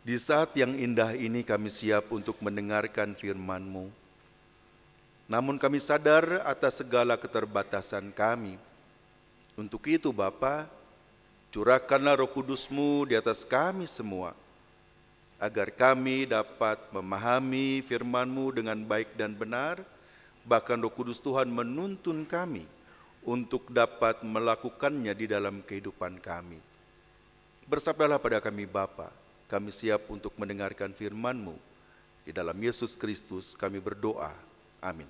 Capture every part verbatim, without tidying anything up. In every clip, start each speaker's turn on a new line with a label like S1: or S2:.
S1: Di saat yang indah ini kami siap untuk mendengarkan firman-Mu. Namun kami sadar atas segala keterbatasan kami. Untuk itu Bapa, curahkanlah Roh Kudus-Mu di atas kami semua, agar kami dapat memahami firman-Mu dengan baik dan benar, bahkan Roh Kudus Tuhan menuntun kami untuk dapat melakukannya di dalam kehidupan kami. Bersabdalah pada kami Bapa, kami siap untuk mendengarkan firman-Mu. Di dalam Yesus Kristus kami berdoa. Amin.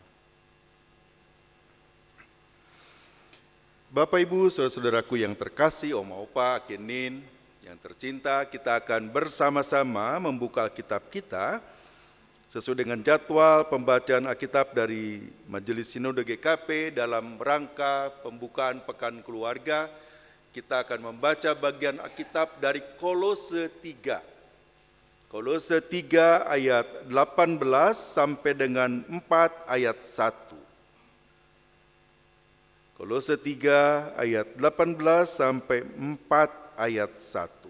S1: Bapak, Ibu, saudara-saudaraku yang terkasih, Oma, Opa, Kenin, yang tercinta, kita akan bersama-sama membuka Alkitab kita sesuai dengan jadwal pembacaan Alkitab dari Majelis Sinode G K P dalam rangka pembukaan Pekan Keluarga. Kita akan membaca bagian Alkitab dari Kolose tiga. Kolose tiga ayat delapan belas sampai dengan empat ayat satu. Kolose tiga ayat delapan belas sampai empat ayat satu.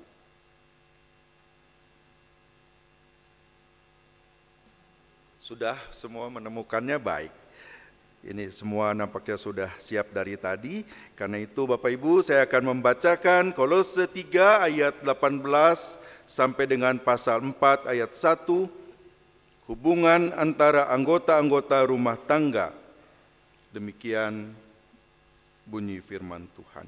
S1: Sudah semua menemukannya? Baik. Ini semua nampaknya sudah siap dari tadi. Karena itu Bapak Ibu, saya akan membacakan Kolose tiga ayat delapan belas sampai dengan pasal empat ayat satu. Hubungan antara anggota-anggota rumah tangga. Demikian bunyi firman Tuhan.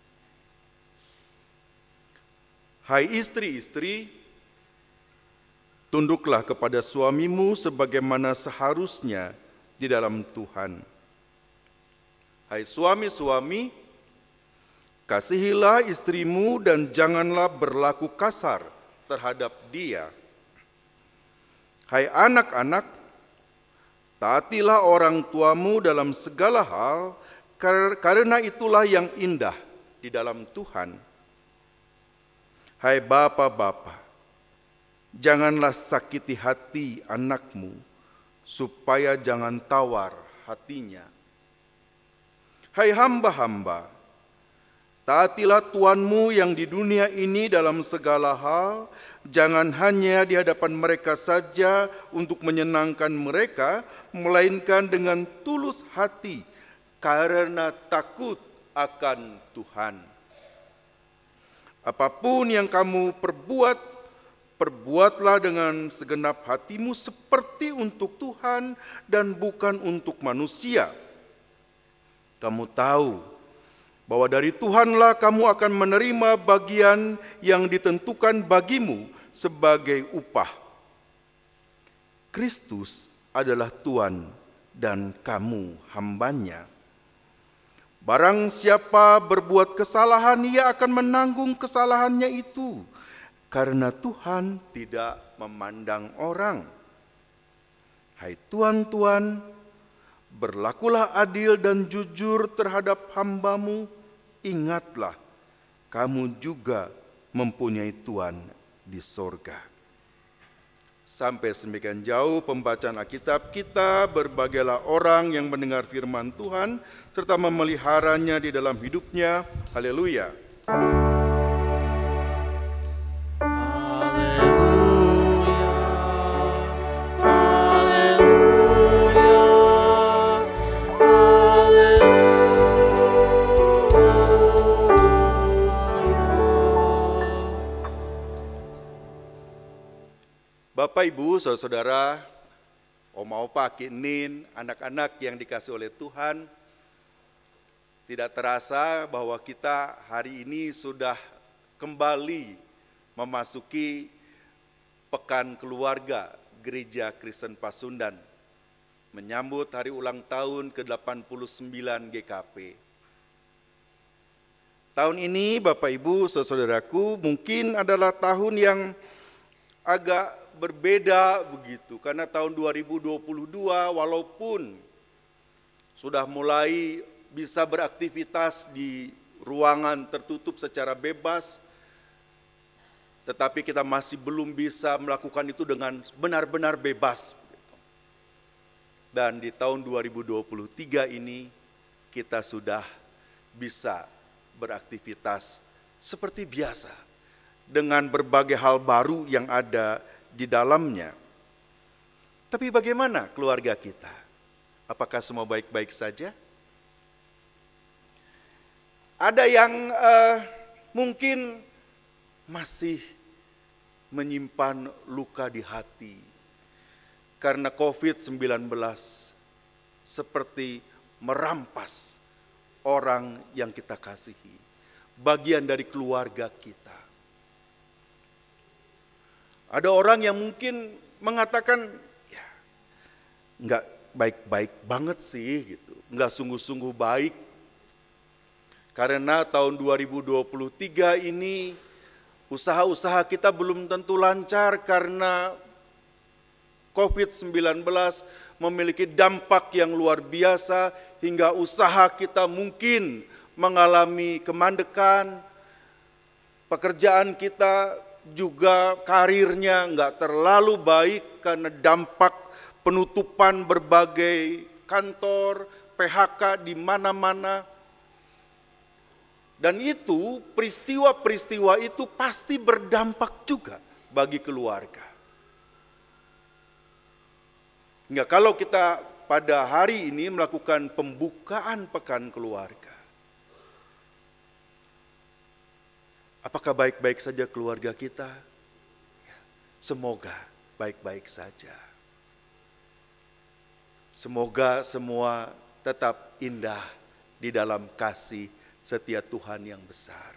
S1: Hai istri-istri, tunduklah kepada suamimu sebagaimana seharusnya di dalam Tuhan. Hai suami-suami, kasihilah istrimu dan janganlah berlaku kasar terhadap dia. Hai anak-anak, taatilah orang tuamu dalam segala hal, karena itulah yang indah di dalam Tuhan. Hai bapa-bapa, janganlah sakiti hati anakmu, supaya jangan tawar hatinya. Hai hamba-hamba, taatilah Tuanmu yang di dunia ini dalam segala hal, jangan hanya di hadapan mereka saja untuk menyenangkan mereka, melainkan dengan tulus hati, karena takut akan Tuhan. Apapun yang kamu perbuat, perbuatlah dengan segenap hatimu seperti untuk Tuhan dan bukan untuk manusia. Kamu tahu bahwa dari Tuhanlah kamu akan menerima bagian yang ditentukan bagimu sebagai upah. Kristus adalah Tuhan dan kamu hambanya. Barang siapa berbuat kesalahan, ia akan menanggung kesalahannya itu, karena Tuhan tidak memandang orang. Hai tuan-tuan, berlakulah adil dan jujur terhadap hambamu. Ingatlah, kamu juga mempunyai Tuhan di sorga. Sampai semikian jauh pembacaan Alkitab kita, berbahagialah orang yang mendengar firman Tuhan, serta memeliharanya di dalam hidupnya. Haleluya. Bapak, Ibu, saudara-saudara, Oma, Opa, Kenin, anak-anak yang dikasih oleh Tuhan, tidak terasa bahwa kita hari ini sudah kembali memasuki Pekan Keluarga Gereja Kristen Pasundan, menyambut hari ulang tahun ke delapan puluh sembilan G K P. Tahun ini Bapak, Ibu, saudaraku, mungkin adalah tahun yang agak berbeda begitu, karena tahun dua ribu dua puluh dua walaupun sudah mulai bisa beraktivitas di ruangan tertutup secara bebas, tetapi kita masih belum bisa melakukan itu dengan benar-benar bebas. Dan di tahun dua ribu dua puluh tiga ini kita sudah bisa beraktivitas seperti biasa dengan berbagai hal baru yang ada di dalamnya. Tapi bagaimana keluarga kita? Apakah semua baik-baik saja? Ada yang uh, mungkin masih menyimpan luka di hati karena covid sembilan belas seperti merampas orang yang kita kasihi, bagian dari keluarga kita. Ada orang yang mungkin mengatakan, ya, nggak baik-baik banget sih, gitu, nggak sungguh-sungguh baik. Karena tahun dua ribu dua puluh tiga ini usaha-usaha kita belum tentu lancar karena covid sembilan belas memiliki dampak yang luar biasa hingga usaha kita mungkin mengalami kemandekan, pekerjaan kita juga karirnya nggak terlalu baik karena dampak penutupan berbagai kantor, P H K di mana-mana. Dan itu, peristiwa-peristiwa itu pasti berdampak juga bagi keluarga. Hingga kalau kita pada hari ini melakukan pembukaan pekan keluarga, apakah baik-baik saja keluarga kita? Semoga baik-baik saja. Semoga semua tetap indah di dalam kasih setia Tuhan yang besar.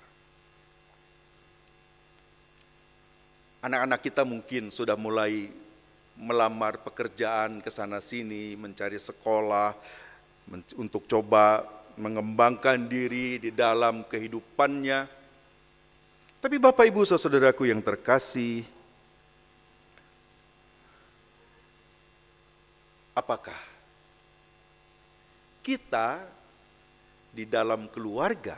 S1: Anak-anak kita mungkin sudah mulai melamar pekerjaan ke sana sini, mencari sekolah, men- untuk coba mengembangkan diri di dalam kehidupannya. Tapi Bapak Ibu saudaraku yang terkasih, apakah kita di dalam keluarga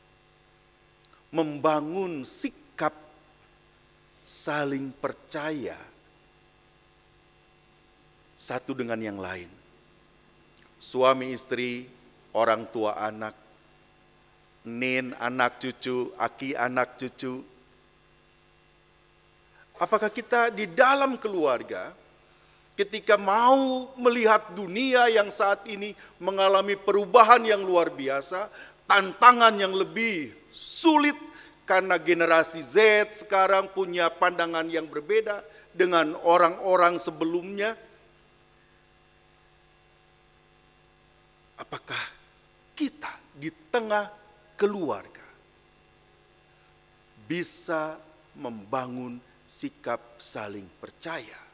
S1: membangun sikap saling percaya satu dengan yang lain? Suami istri, orang tua anak, nin anak cucu, aki anak cucu. Apakah kita di dalam keluarga ketika mau melihat dunia yang saat ini mengalami perubahan yang luar biasa, tantangan yang lebih sulit karena generasi Z sekarang punya pandangan yang berbeda dengan orang-orang sebelumnya. Apakah kita di tengah keluarga bisa membangun sikap saling percaya?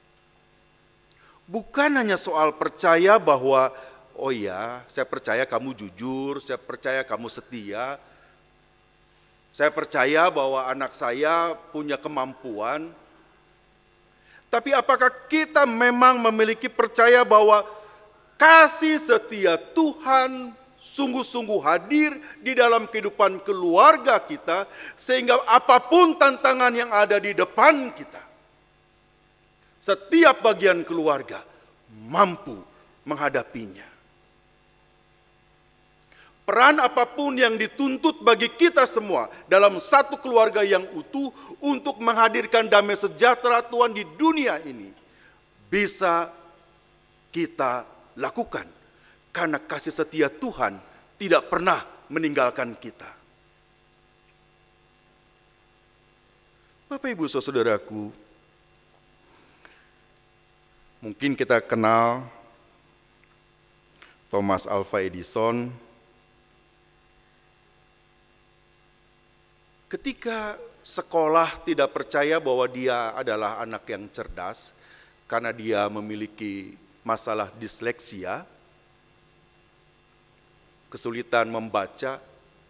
S1: Bukan hanya soal percaya bahwa, oh ya, saya percaya kamu jujur, saya percaya kamu setia, saya percaya bahwa anak saya punya kemampuan. Tapi apakah kita memang memiliki percaya bahwa kasih setia Tuhan sungguh-sungguh hadir di dalam kehidupan keluarga kita, sehingga apapun tantangan yang ada di depan kita, setiap bagian keluarga mampu menghadapinya. Peran apapun yang dituntut bagi kita semua dalam satu keluarga yang utuh untuk menghadirkan damai sejahtera Tuhan di dunia ini bisa kita lakukan karena kasih setia Tuhan tidak pernah meninggalkan kita. Bapak Ibu saudaraku, mungkin kita kenal Thomas Alva Edison. Ketika sekolah tidak percaya bahwa dia adalah anak yang cerdas karena dia memiliki masalah disleksia, kesulitan membaca,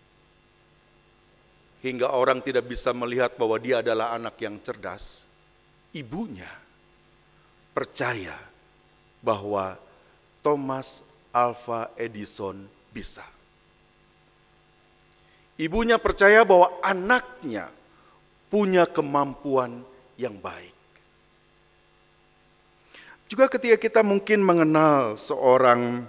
S1: hingga orang tidak bisa melihat bahwa dia adalah anak yang cerdas, ibunya percaya bahwa Thomas Alva Edison bisa. Ibunya percaya bahwa anaknya punya kemampuan yang baik. Juga ketika kita mungkin mengenal seorang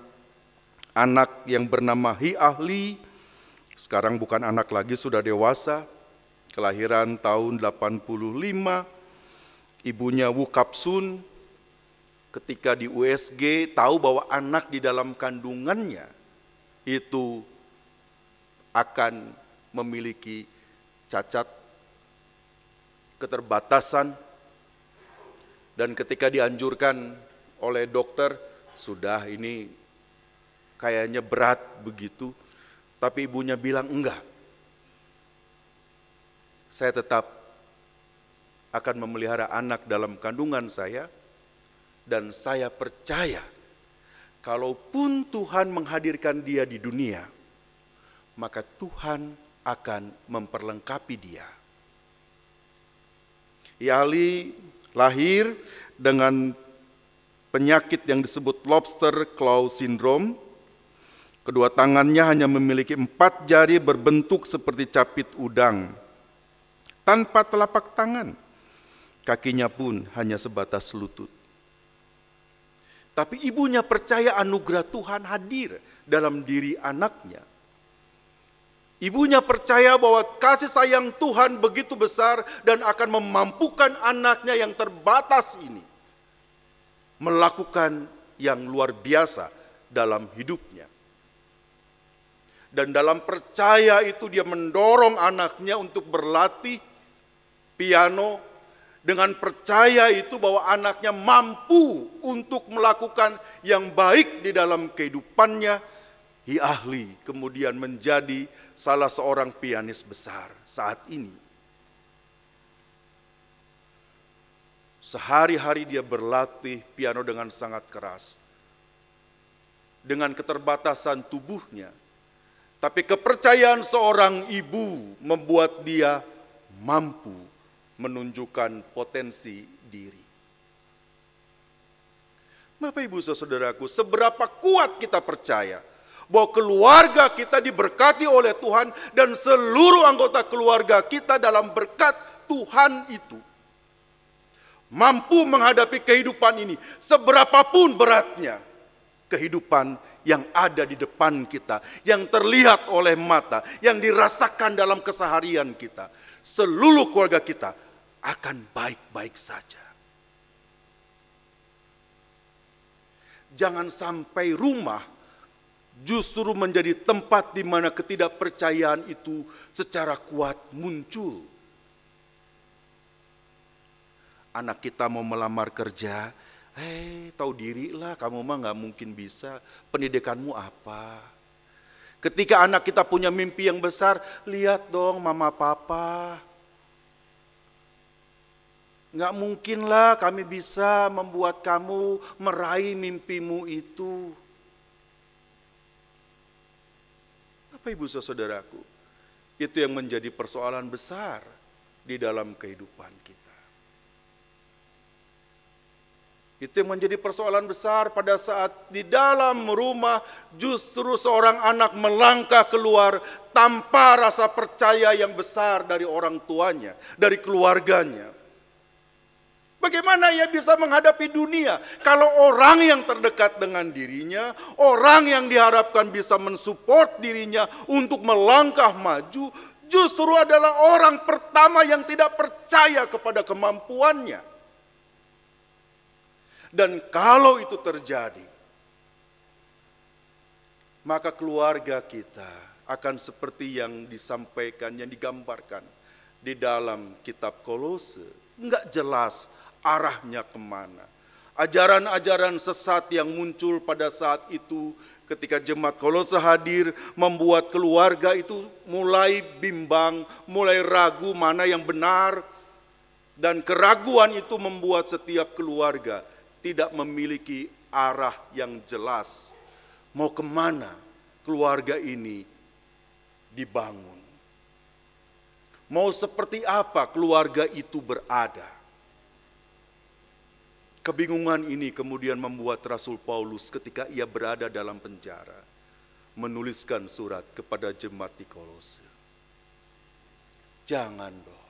S1: anak yang bernama Hi Ahli, sekarang bukan anak lagi, sudah dewasa, kelahiran tahun delapan puluh lima, ibunya Wu Kapsun ketika di U S G tahu bahwa anak di dalam kandungannya itu akan memiliki cacat, keterbatasan, dan ketika dianjurkan oleh dokter, sudah ini kayaknya berat begitu, tapi ibunya bilang enggak. Saya tetap akan memelihara anak dalam kandungan saya, dan saya percaya kalaupun Tuhan menghadirkan dia di dunia, maka Tuhan akan memperlengkapi dia. Yali lahir dengan penyakit yang disebut lobster claw syndrome. Kedua tangannya hanya memiliki empat jari berbentuk seperti capit udang, tanpa telapak tangan. Kakinya pun hanya sebatas lutut. Tapi ibunya percaya anugerah Tuhan hadir dalam diri anaknya. Ibunya percaya bahwa kasih sayang Tuhan begitu besar dan akan memampukan anaknya yang terbatas ini melakukan yang luar biasa dalam hidupnya. Dan dalam percaya itu dia mendorong anaknya untuk berlatih piano, dengan percaya itu bahwa anaknya mampu untuk melakukan yang baik di dalam kehidupannya. Hi Ahli kemudian menjadi salah seorang pianis besar saat ini. Sehari-hari dia berlatih piano dengan sangat keras, dengan keterbatasan tubuhnya. Tapi kepercayaan seorang ibu membuat dia mampu menunjukkan potensi diri. Bapak Ibu Saudaraku, seberapa kuat kita percaya bahwa keluarga kita diberkati oleh Tuhan dan seluruh anggota keluarga kita dalam berkat Tuhan itu mampu menghadapi kehidupan ini, seberapapun beratnya kehidupan yang ada di depan kita, yang terlihat oleh mata, yang dirasakan dalam keseharian kita. Seluruh keluarga kita akan baik-baik saja. Jangan sampai rumah justru menjadi tempat di mana ketidakpercayaan itu secara kuat muncul. Anak kita mau melamar kerja, hei, tahu diri lah, kamu mah gak mungkin bisa, pendidikanmu apa? Ketika anak kita punya mimpi yang besar, lihat dong mama papa. Gak mungkin lah kami bisa membuat kamu meraih mimpimu itu. Bapak Ibu Saudaraku, itu yang menjadi persoalan besar di dalam kehidupan kita. Itu yang menjadi persoalan besar pada saat di dalam rumah justru seorang anak melangkah keluar tanpa rasa percaya yang besar dari orang tuanya, dari keluarganya. Bagaimana ia bisa menghadapi dunia kalau orang yang terdekat dengan dirinya, orang yang diharapkan bisa mensupport dirinya untuk melangkah maju, justru adalah orang pertama yang tidak percaya kepada kemampuannya. Dan kalau itu terjadi, maka keluarga kita akan seperti yang disampaikan, yang digambarkan di dalam kitab Kolose. Enggak jelas arahnya kemana. Ajaran-ajaran sesat yang muncul pada saat itu ketika jemaat Kolose hadir membuat keluarga itu mulai bimbang, mulai ragu mana yang benar. Dan keraguan itu membuat setiap keluarga tidak memiliki arah yang jelas. Mau kemana keluarga ini dibangun? Mau seperti apa keluarga itu berada? Kebingungan ini kemudian membuat Rasul Paulus ketika ia berada dalam penjara menuliskan surat kepada jemaat di Kolose. Jangan dong.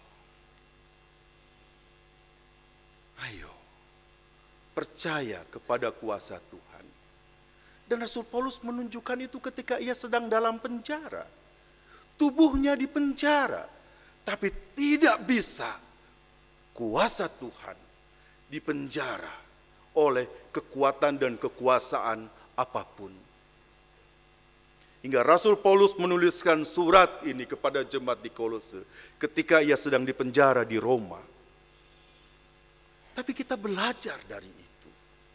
S1: Ayo. Percaya kepada kuasa Tuhan. Dan Rasul Paulus menunjukkan itu ketika ia sedang dalam penjara. Tubuhnya di penjara. Tapi tidak bisa kuasa Tuhan dipenjara oleh kekuatan dan kekuasaan apapun. Hingga Rasul Paulus menuliskan surat ini kepada jemaat di Kolose ketika ia sedang dipenjara di Roma. Tapi kita belajar dari itu.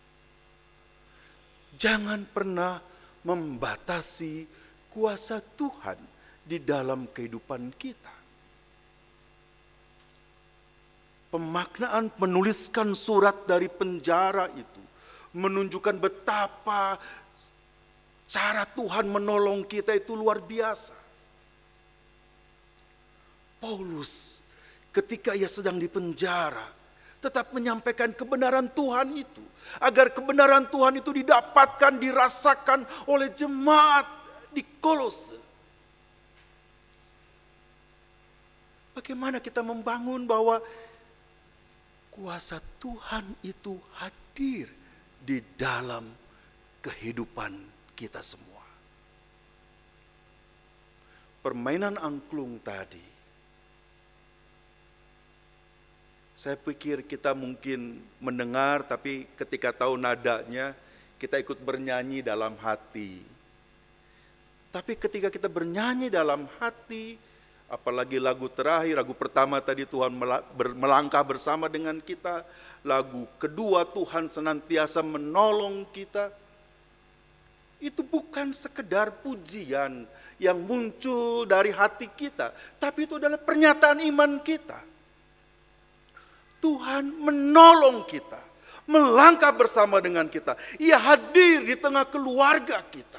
S1: Jangan pernah membatasi kuasa Tuhan di dalam kehidupan kita. Pemaknaan menuliskan surat dari penjara itu menunjukkan betapa cara Tuhan menolong kita itu luar biasa. Paulus ketika ia sedang dipenjara tetap menyampaikan kebenaran Tuhan itu, agar kebenaran Tuhan itu didapatkan, dirasakan oleh jemaat di Kolose. Bagaimana kita membangun bahwa kuasa Tuhan itu hadir di dalam kehidupan kita semua. Permainan angklung tadi, saya pikir kita mungkin mendengar, tapi ketika tahu nadanya, kita ikut bernyanyi dalam hati. Tapi ketika kita bernyanyi dalam hati, apalagi lagu terakhir, lagu pertama tadi Tuhan melangkah bersama dengan kita. Lagu kedua Tuhan senantiasa menolong kita. Itu bukan sekedar pujian yang muncul dari hati kita. Tapi itu adalah pernyataan iman kita. Tuhan menolong kita, melangkah bersama dengan kita. Ia hadir di tengah keluarga kita.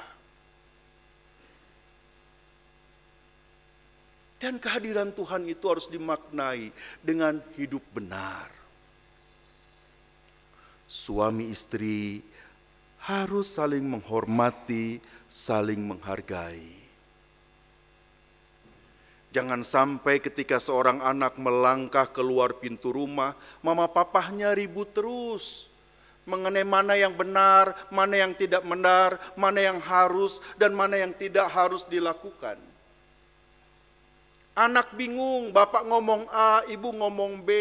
S1: Dan kehadiran Tuhan itu harus dimaknai dengan hidup benar. Suami istri harus saling menghormati, saling menghargai. Jangan sampai ketika seorang anak melangkah keluar pintu rumah, mama papahnya ribut terus mengenai mana yang benar, mana yang tidak benar, mana yang harus dan mana yang tidak harus dilakukan. Anak bingung, bapak ngomong A, ibu ngomong B.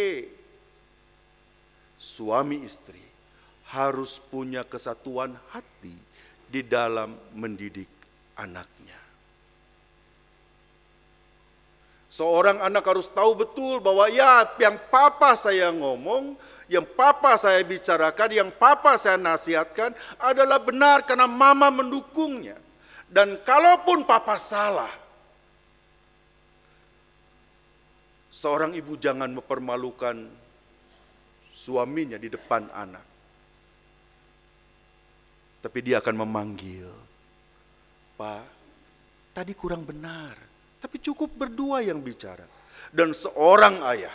S1: Suami istri harus punya kesatuan hati di dalam mendidik anaknya. Seorang anak harus tahu betul bahwa ya yang papa saya ngomong, yang papa saya bicarakan, yang papa saya nasihatkan adalah benar karena mama mendukungnya. Dan kalaupun papa salah, seorang ibu jangan mempermalukan suaminya di depan anak. Tapi dia akan memanggil, Pak, tadi kurang benar. Tapi cukup berdua yang bicara. Dan seorang ayah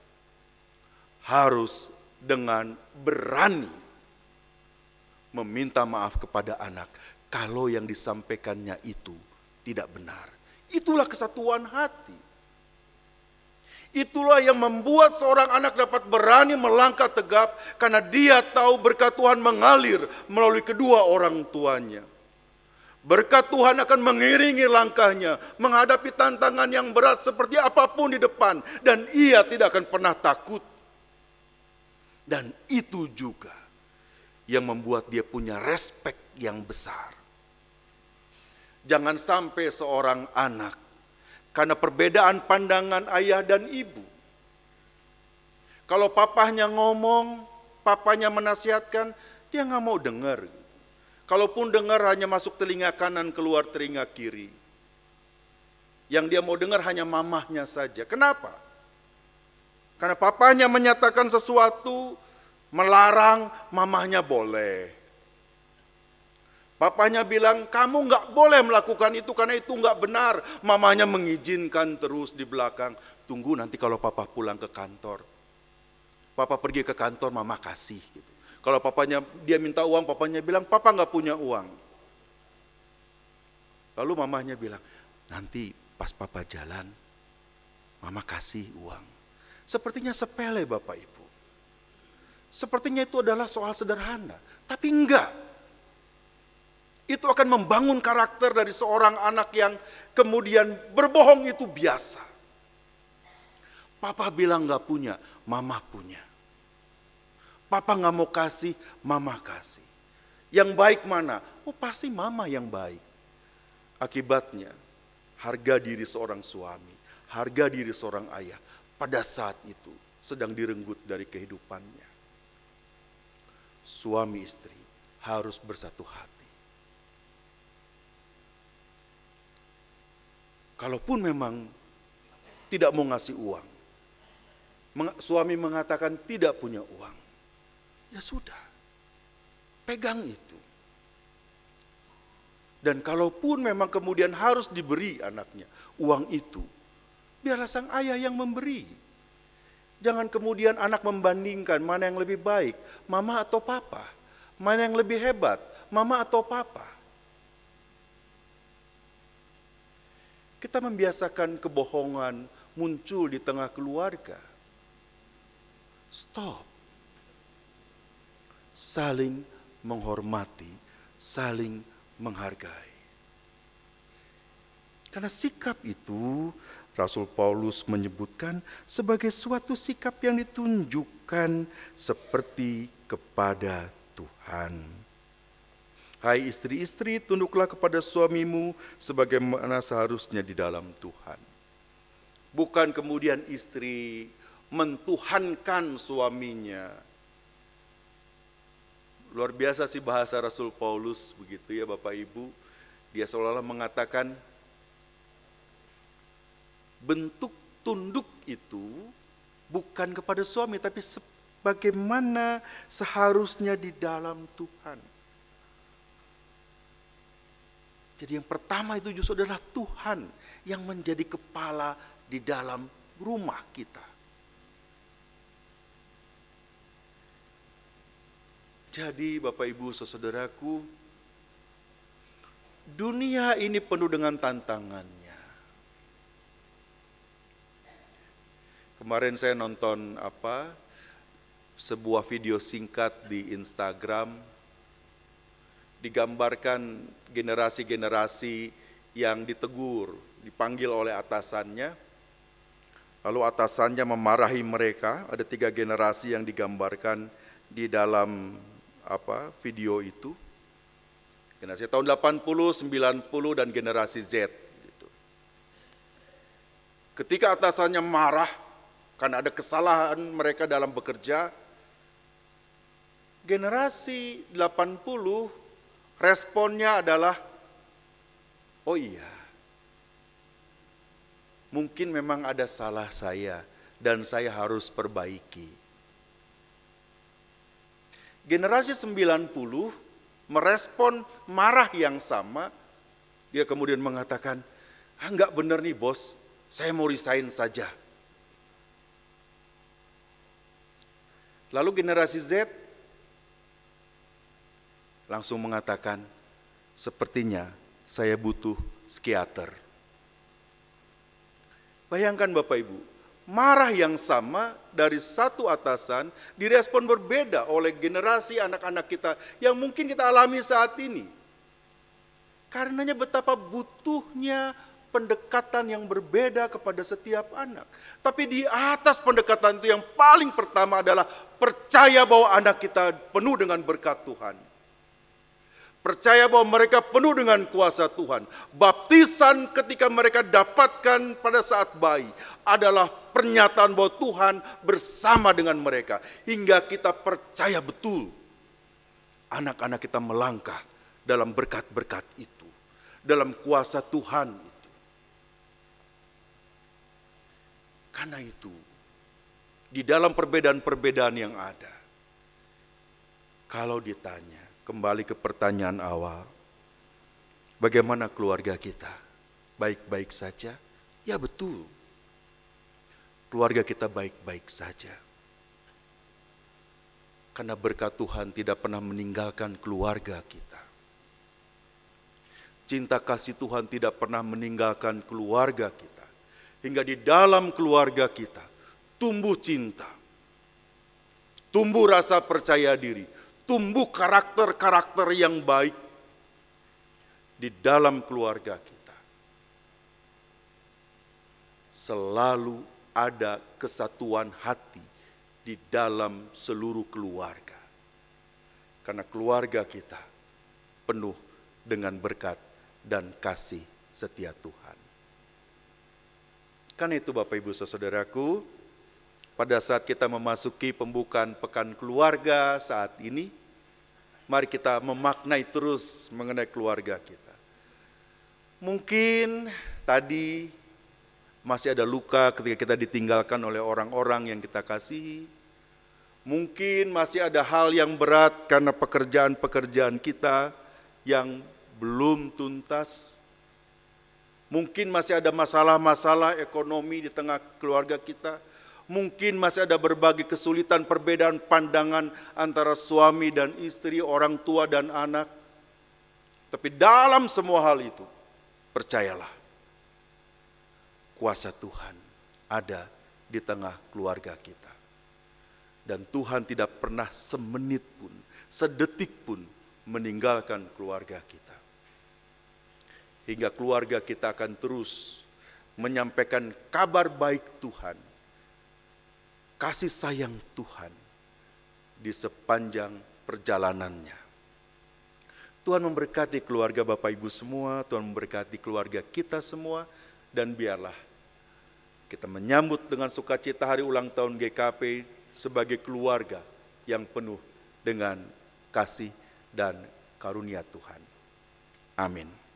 S1: harus dengan berani meminta maaf kepada anak kalau yang disampaikannya itu tidak benar. Itulah kesatuan hati. Itulah yang membuat seorang anak dapat berani melangkah tegap karena dia tahu berkat Tuhan mengalir melalui kedua orang tuanya. Berkat Tuhan akan mengiringi langkahnya menghadapi tantangan yang berat seperti apapun di depan dan ia tidak akan pernah takut. Dan itu juga yang membuat dia punya respek yang besar. Jangan sampai seorang anak karena perbedaan pandangan ayah dan ibu, kalau papahnya ngomong, papanya menasihatkan, dia nggak mau dengar. Kalaupun dengar hanya masuk telinga kanan, keluar telinga kiri. Yang dia mau dengar hanya mamahnya saja. Kenapa? Karena papahnya menyatakan sesuatu, melarang, mamahnya boleh. Papahnya bilang, kamu nggak boleh melakukan itu karena itu nggak benar. Mamanya mengizinkan terus di belakang. Tunggu nanti kalau papa pulang ke kantor. Papa pergi ke kantor, mama kasih gitu. Kalau papanya dia minta uang, papanya bilang, papa nggak punya uang. Lalu mamanya bilang, nanti pas papa jalan, mama kasih uang. Sepertinya sepele Bapak Ibu. Sepertinya itu adalah soal sederhana, tapi enggak. Itu akan membangun karakter dari seorang anak yang kemudian berbohong itu biasa. Papa bilang gak punya, mama punya. Papa gak mau kasih, mama kasih. Yang baik mana? Oh pasti mama yang baik. Akibatnya harga diri seorang suami, harga diri seorang ayah pada saat itu sedang direnggut dari kehidupannya. Suami istri harus bersatu hati. Kalaupun memang tidak mau ngasih uang, suami mengatakan tidak punya uang, ya sudah, pegang itu. Dan kalaupun memang kemudian harus diberi anaknya uang itu, biarlah sang ayah yang memberi. Jangan kemudian anak membandingkan mana yang lebih baik, mama atau papa. Mana yang lebih hebat, mama atau papa. Kita membiasakan kebohongan muncul di tengah keluarga. Stop. Saling menghormati, saling menghargai. Karena sikap itu Rasul Paulus menyebutkan sebagai suatu sikap yang ditunjukkan seperti kepada Tuhan. Hai istri-istri, tunduklah kepada suamimu sebagaimana seharusnya di dalam Tuhan. Bukan kemudian istri mentuhankan suaminya. Luar biasa sih bahasa Rasul Paulus begitu ya Bapak Ibu. Dia seolah-olah mengatakan bentuk tunduk itu bukan kepada suami tapi sebagaimana seharusnya di dalam Tuhan. Jadi yang pertama itu justru adalah Tuhan yang menjadi kepala di dalam rumah kita. Jadi Bapak Ibu saudaraku, dunia ini penuh dengan tantangannya. Kemarin saya nonton apa sebuah video singkat di Instagram, digambarkan generasi-generasi yang ditegur, dipanggil oleh atasannya, lalu atasannya memarahi mereka. Ada tiga generasi yang digambarkan di dalam apa video itu. Generasi tahun delapan puluh, sembilan puluh dan generasi Z gitu. Ketika atasannya marah karena ada kesalahan mereka dalam bekerja, generasi delapan puluh responnya adalah, oh iya, mungkin memang ada salah saya dan saya harus perbaiki. Generasi sembilan puluh merespon marah yang sama, dia kemudian mengatakan, ah enggak benar nih bos, saya mau resign saja. Lalu generasi Z langsung mengatakan, sepertinya saya butuh psikiater. Bayangkan Bapak Ibu, marah yang sama dari satu atasan direspon berbeda oleh generasi anak-anak kita yang mungkin kita alami saat ini. Karenanya betapa butuhnya pendekatan yang berbeda kepada setiap anak. Tapi di atas pendekatan itu yang paling pertama adalah percaya bahwa anak kita penuh dengan berkat Tuhan. Percaya bahwa mereka penuh dengan kuasa Tuhan. Baptisan ketika mereka dapatkan pada saat bayi adalah pernyataan bahwa Tuhan bersama dengan mereka. Hingga kita percaya betul anak-anak kita melangkah dalam berkat-berkat itu, dalam kuasa Tuhan itu. Karena itu, di dalam perbedaan-perbedaan yang ada, kalau ditanya, kembali ke pertanyaan awal, bagaimana keluarga kita? Baik-baik saja? Ya betul, keluarga kita baik-baik saja. Karena berkat Tuhan tidak pernah meninggalkan keluarga kita. Cinta kasih Tuhan tidak pernah meninggalkan keluarga kita. Hingga di dalam keluarga kita tumbuh cinta, tumbuh rasa percaya diri, tumbuh karakter-karakter yang baik di dalam keluarga kita. Selalu ada kesatuan hati di dalam seluruh keluarga. Karena keluarga kita penuh dengan berkat dan kasih setia Tuhan. Karena itu Bapak Ibu Saudaraku, pada saat kita memasuki pembukaan pekan keluarga saat ini, mari kita memaknai terus mengenai keluarga kita. Mungkin tadi masih ada luka ketika kita ditinggalkan oleh orang-orang yang kita kasihi. Mungkin masih ada hal yang berat karena pekerjaan-pekerjaan kita yang belum tuntas. Mungkin masih ada masalah-masalah ekonomi di tengah keluarga kita. Mungkin masih ada berbagai kesulitan, perbedaan pandangan antara suami dan istri, orang tua dan anak. Tapi dalam semua hal itu, percayalah, kuasa Tuhan ada di tengah keluarga kita. Dan Tuhan tidak pernah semenit pun, sedetik pun meninggalkan keluarga kita. Hingga keluarga kita akan terus menyampaikan kabar baik Tuhan, kasih sayang Tuhan di sepanjang perjalanannya. Tuhan memberkati keluarga Bapak Ibu semua, Tuhan memberkati keluarga kita semua, dan biarlah kita menyambut dengan sukacita hari ulang tahun G K P sebagai keluarga yang penuh dengan kasih dan karunia Tuhan. Amin.